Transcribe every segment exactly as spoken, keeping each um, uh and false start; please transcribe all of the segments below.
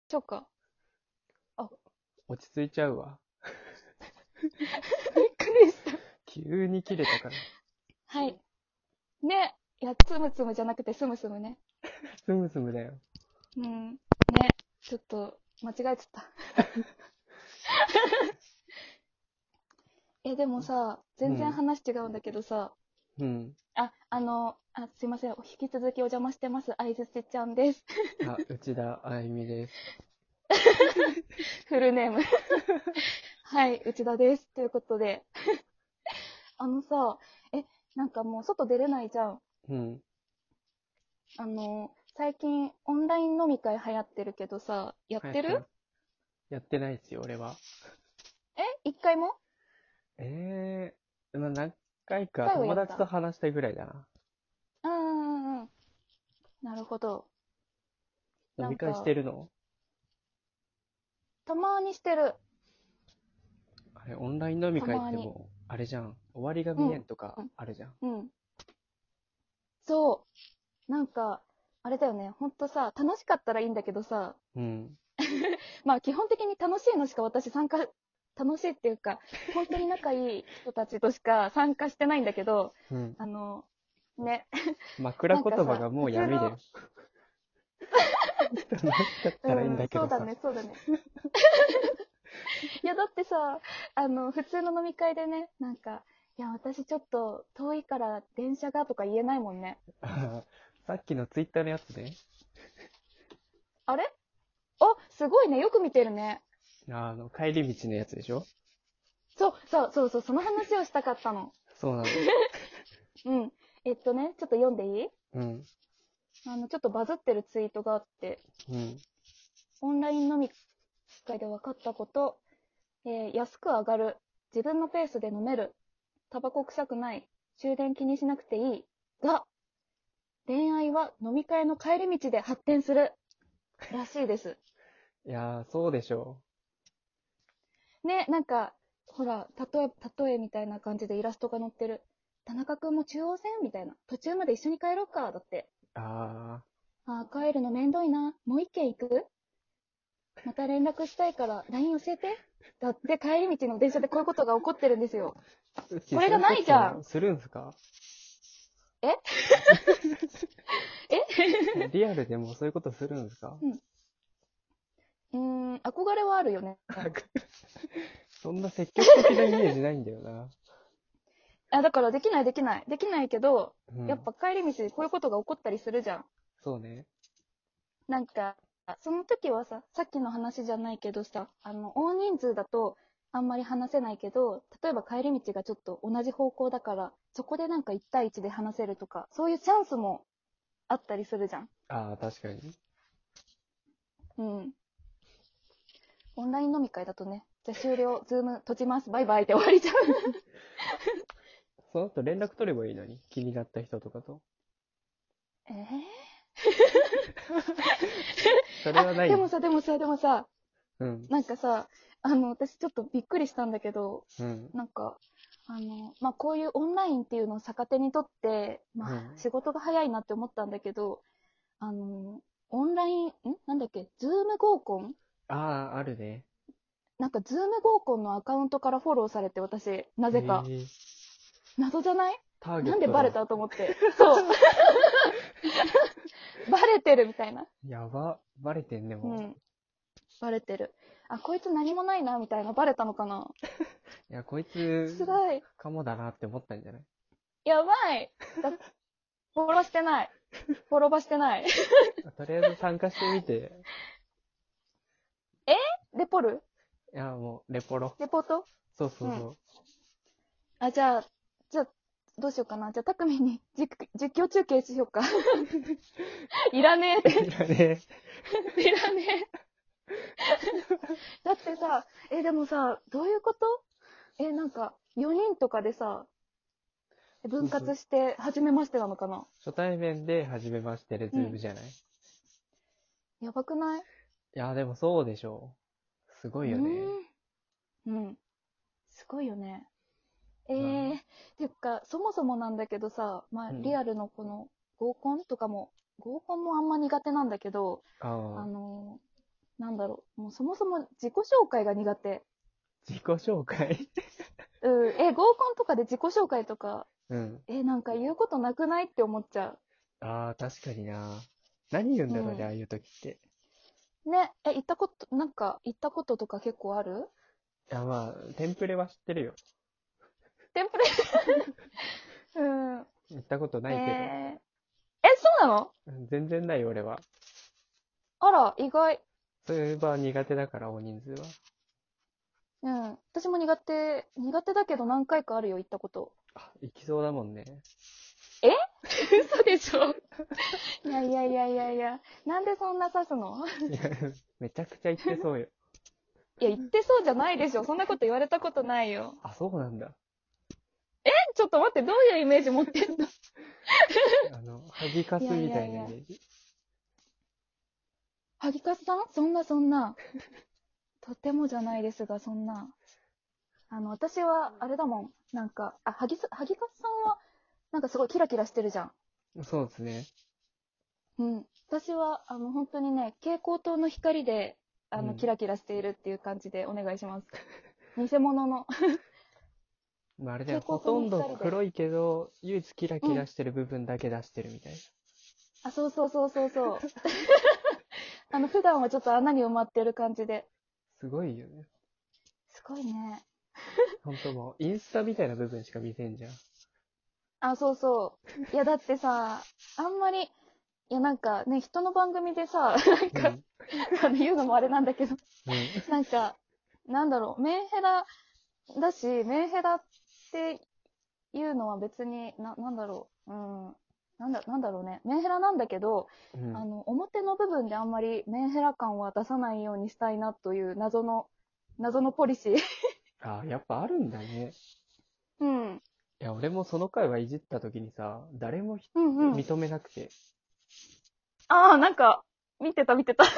しょうか。あ、 落ち着いちゃうわ。 びっくりした。 急に切れたから。 はい。ね。いや、つむつむじゃなくてすむすむね。 スムスムだよ。 うん。ね。ちょっと、間違えちゃった。え、でもさ、全然うん。 話違うんだけどさ、 うん。 あ、あの、あ、すいません。引き続きお邪魔してます。あいずちちゃんです。 あ、内田あゆみです。 フルネーム。はい、内田です。ということで、あのさ、え、なんかもう外出れないじゃん。 うん。 あの、最近オンライン飲み会流行ってるけどさ、やってる？ 流行ってます。やってないですよ、俺は。 え、一回も？ えー、まあ、何回一か友達と回はやった？ 話したいぐらいだな。 うんうんうん。なるほど。 飲み会しなんか、 てるの？ たまにしてる。 あれ、オンライン飲み会ったまに。 てもう、あれじゃん。終わりがうん。 見えんとかあるじゃん。 うん。うん。そう。なんか、あれだよね。ほんとさ、楽しかったらいいんだけどさ、 うん。 まあ基本的に楽しいのしか私参加、楽しいっていうか、本当に仲いい人たちとしか参加してないんだけど、 うん。 あの、ね、 枕なんかさ、 言葉がも普通の、 う闇だよ。楽しかったらいいんうん、 だけどさ。 そうだね、そうだね。いや、だってさ、あの、普通の飲み会でね、なんか、いや、私ちょっと遠いから電車がとか言えないもんね。 さっきのツイッターのやつね。 あれ？あ、すごいね、よく見てるね。 あの、帰り道のやつでしょ？ そう、そう、そうそう、その話をしたかったの。 そうなの。 うん。えっとね、ちょっと読んでいい？ うん。 あの、ちょっとバズってるツイートがあって、 うん。 オンライン飲み会で分かったこと、えー安く上がる、自分のペースで飲める、タバコ臭くない、終電気にしなくていい、が、恋愛は飲み会の帰り道で発展する、らしいです。 いやー、そうでしょね、なんか、ほら、例え、例えみたいな感じでイラストが載ってる。田中くんも中央線みたいな。途中まで一緒に帰ろうか、だって。 う。ああー、帰るのめんどいな。もう一軒行く？また連絡したいから ライン 教えて。だって帰り道の電車でこういうことが起こってるんですよ。 ー。うち、 これがそういうこないじゃん。 とするんすか？ ええリアルでもそういうことするんですか？ うん。うーん、憧れはあるよね。 そんな積極的なイメージないんだよな。 あ、だからできないできない。できないけど、 うん。 やっぱ帰り道でこういうことが起こったりするじゃん。 そうね。 なんか、その時はさ、さっきの話じゃないけどさ、あの、大人数だとあんまり話せないけど、例えば帰り道がちょっと同じ方向だから、そこでなんかいち対いちで話せるとか、そういうチャンスもあったりするじゃん。 ああ、確かに。 うん。オンライン飲み会だとね、じゃあ終了、ズーム閉じます、バイバイって終わりじゃん。 その後連絡取ればいいのに。気になった人とかと。 えー、 それあ、 はない。 でもさ、でもさ、でもさ、 うん。 なんかさ、あの、私ちょっとびっくりしたんだけど、 うん。 なんか、あの、まあ、こういうオンラインっていうのを逆手にとって、まあ、 うん。 仕事が早いなって思ったんだけど、あの、オンライン、んなんだっけ、ズーム合コン？ ああ、あるね。 なんか、ズーム合コンのアカウントからフォローされて、私、なぜか。 ええ、 謎じゃない？ ターゲなんでットだ。 バレたと思って。そう。バレてるみたいな。 やば。バレてんね、もうん。バレてる。あ、こいつ何もないな、みたいな。バレたのかな？ う。いや、こいつ、 辛い。 かもだなって思ったんじゃない？ やばい。だ、フォローしてない。フォローバしてない。 とりあえず参加してみて。 えレポる？ いや、もう、レポロ。 レポート？ そうそうん。 うそあ、じゃあ、じゃあ、どうしようかな。じゃあ、たくみに実実況中継しようか。いらねえっう。 て。 いやね。 いらねえ。だってさ、え、でもさ、どういうこと？え、なんか、よにんとかでさ、分そうそう。 割して初めましてなのかな？ 初対面で初めましてでうん。 ズームじゃない？いやばくない？ や、でもそうでしょう。すごうーいよね。 ん。うん。すごいよね。えまー、ていうか、そもそもなんだけどさ、まあ、 あ、 うん。 リアルのこの合コンとかも、合コンもあんま苦手なんだけど、あああ、 の、 なんだろう、もうそもそも自己紹介が苦手。 自己紹介うん、え、合コンとかで自己紹介とか、 うん。 え、なんか言うことなくないって思っちゃああ、確かにな。何言うんう。 だろうね、 うん。 ああいう時って。 ね、え、行ったこと、なんか、行ったこととか結構ある？ いや、まあ、テンプレは知ってるよ。 テンプレうん。 行ったことなえー、 いけど。 え、そうなの？ うん全然ない、俺は。 あら、意外。 そういう場は苦手だから、大人数は。 うん。私も苦手、苦手だけど何回かあるよ、行ったこと。 あ、行きそうだもんね。 え嘘でしょ？いやいやいやいやいや。なんでそんな指すの？ いや、めちゃくちゃ行ってそうよ。 いや、言ってそうじゃないでしょ。そんなこと言われたことないよ。 あ、そうなんだ。 え、ちょっと待って、どういうイメージ持ってんの？ あの、ハギカいやいスみたやいや。 いなイメージ。 ハギカスさんそんなそんな。とてもじゃないですが、そんな。あの、私は、あれだもん。なんか、あ、ハギス、ハギカスさんは、なんかすごいキラキラしてるじゃん。 そうですね。 うん。私は、あの、本当にね、蛍光灯の光で、あの、 うん。 キラキラしているっていう感じでお願いします。偽物のまあ、あれだよ、 蛍光灯のほとんど光で。 黒いけど、唯一キラうん。 キラしてる部分だけ出してるみたいな。 あ、そうそうそうそうそう。あの、普段はちょっと穴に埋まってる感じで。 すごいよね。 すごいね。 ほんともう、インスタみたいな部分しか見せんじゃん。 あ、そうそう。いや、だってさ、あんまり、いや、なんかね、人の番組でさ、なんか、 うん。 あの、言うのもあれなんだけど、 うん。 なんか、なんだろう、メンヘラだし、メンヘラっていうのは別に、な、なんだろう、うん、なんだ、なんだろうね、メンヘラなんだけど、 うん。 あの、表の部分であんまりメンヘラ感は出さないようにしたいなという謎の、謎のポリシー。 ああ、やっぱあるんだね。 うん。 いや、俺もその回はいじった時にさ、誰もひうんうん。 認めなくて。 ああ、なんか、見てた見てた。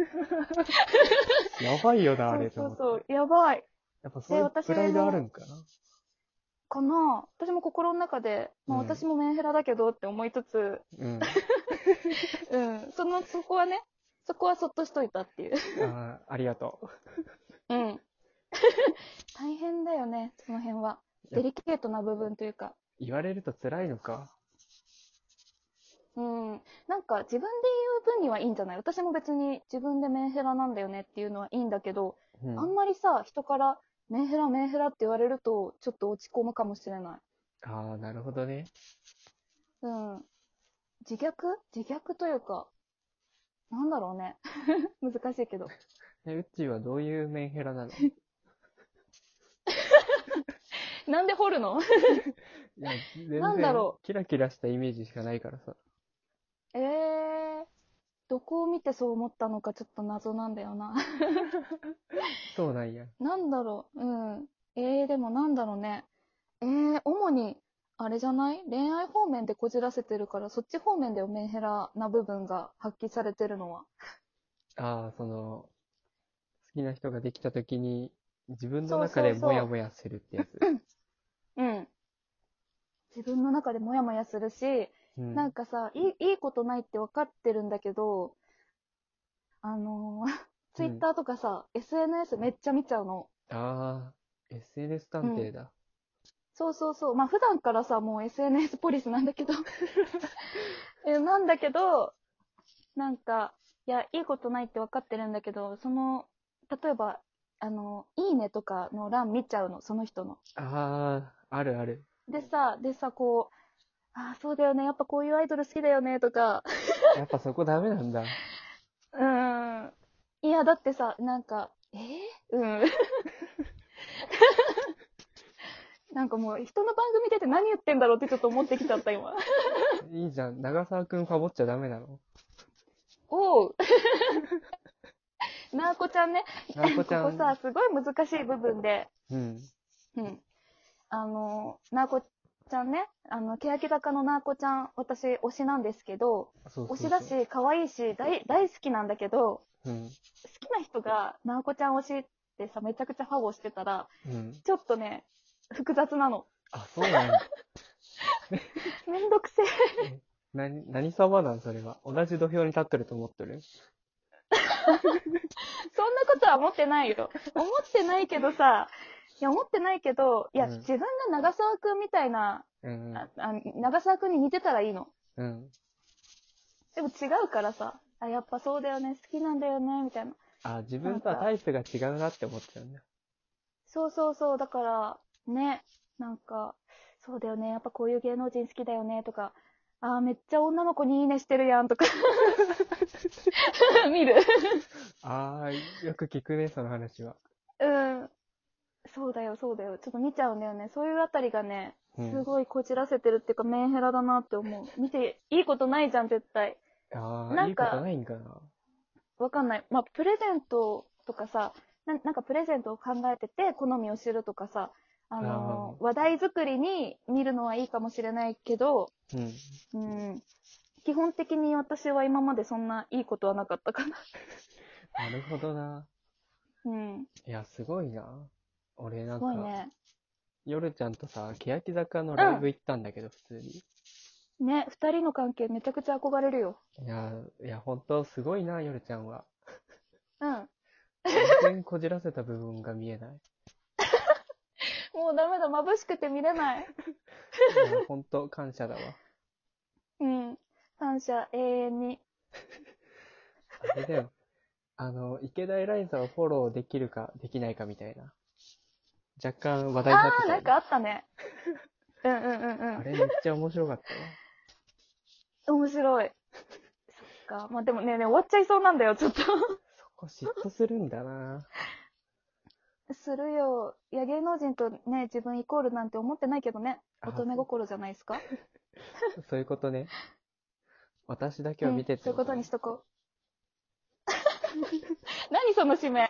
やばいよな、あそうれと思って。 そうそう、やばい。で、 やっぱそういう私プライドあるの、 んかな。 かな、私も心の中で、まあうん。 私もメンヘラだけどって思いつつ、 うん。 うん、その、そこはね、そこはそっとしといたっていう。 ああ、ありがとうん。大変だよね、その辺は。 う。やっぱデリケートな部分というか。 言われると辛いのか。 うん。なんか自分で言う分にはいいんじゃない？私も別に自分でメンヘラなんだよねっていうのはいいんだけど、あんうん。 まりさ、人からメンヘラメンヘラって言われると、ちょっと落ち込むかもしれない。 ああ、なるほどね。 うん。自虐自虐というか、なんだろうね。難しいけど。 え、うっちーはどういうメンヘラなの？ なんで掘るの？ いや、全なんだ然ろキラキラしたイメージしかないからさ。 う。えー、どこを見てそう思ったのかちょっと謎なんだよな。 そうなんや。 なんだろう。うん。えー、でもなんだろうね。えー、主に、あれじゃない？恋愛方面でこじらせてるから、そっち方面でメンヘラな部分が発揮されてるのは。 ああ、その、好きな人ができた時に、自分のそう中でモヤそうそモヤするってやつ。 う。うん。自分の中でモヤモヤするし、 うん。 なんかさ、いい、いいことないって分かってるんだけど、あのー、 うん。 ツイッターとかさ、エスエヌエス めっちゃ見ちゃうの。 ああ、エスエヌエスうん。 探偵だ。 そうそうそう。まあ普段からさ、もう エスエヌエス ポリスなんだけどえ、なんだけど、なんか、いや、いいことないって分かってるんだけど、その、例えば、あの、いいねとかの欄見ちゃうの、その人の。 ああ、あるある。 でさ、でさ、こう、ああ、そうだよね、やっぱこういうアイドル好きだよね、とか、 やっぱそこダメなんだ。 うーん。いや、だってさ、なんか、えー、うん。なんかもう、人の番組出て何言ってんだろうってちょっと思ってきちゃった、今。 いいじゃん。長澤くんファボっちゃダメなの？ おう。なーこちゃんね、 なこちゃん、 ここさ、すごい難しい部分で、 うん。 うん。あの、なーこちゃんね、あの、欅坂のなーこちゃん、私、推しなんですけど、 そうそうそう。 推しだし、可愛いし、大、大好きなんだけど、 うん。 好きな人が、なーこちゃん推しってさ、めちゃくちゃファボしてたら、 うん。 ちょっとね、複雑なの。 あ、そうなんだ。 めんどくせえ。 え、なに、何様なんそれは。同じ土俵に立ってると思ってる？ そんなことは思ってないよ。思ってないけどさ、いや、思ってないけど、いや、 うん自分が長澤くんみたいな、 うんああ長澤くんに似てたらいいの。 うんでも違うからさ、あ、やっぱそうだよね、好きなんだよね、みたいな。 あ、自なんか、 分とはタイプが違うなって思っちゃうんだ。 そうそうそう、だから、ね、なんか、そうだよね、やっぱこういう芸能人好きだよね、とか、あー、めっちゃ女の子にいいねしてるやん、とか、見る。 ああ、よく聞くね、その話は。 うん。そうだよ、そうだよ。ちょっと見ちゃうんだよね。そういうあたりがね、すうん。 ごいこじらせてるっていうか、メンヘラだなって思う。見ていいことないじゃん、絶対。 ああ、いいことなんか、 ないんかな。 わかんない。まあ、プレゼントとかさ、な、なんかプレゼントを考えてて、好みを知るとかさ、あのああ、 話題作りに見るのはいいかもしれないけど、 うん。 うん、基本的に私は今までそんないいことはなかったかな。 なるほどな。 うん。 いや、すごいな。俺なすんか、 ごいね。 夜ちゃんとさ、欅坂のライブう行ったんだけど、普通に。 ん。ね、二人の関係めちゃくちゃ憧れるよ。 いや、いや、ほんとすごいな、夜ちゃんは。 うん。 全然こじらせた部分が見えない。 もうダメだ、眩しくて見れない。 いや、ほんと感謝だわ。 うん。感謝、永遠に。 あれだよ。あの、池田エライザをフォローできるかできないかみたいな。若干話題になってあー、 たよね。 なんかあったね。うんうんうんあれめっちゃ面白かったわ。 うん。面白い。そっか。まあでもねえねえ、終わっちゃいそうなんだよ、ちょっと。 そこ嫉妬するんだな。 するよ。いや、芸能人とね、自分イコールなんて思ってないけどね。 あ、 乙女心じゃないですか。 そそういうことね。私だけうん、 を見てってそういうことにことね。 しとこう。何その締め。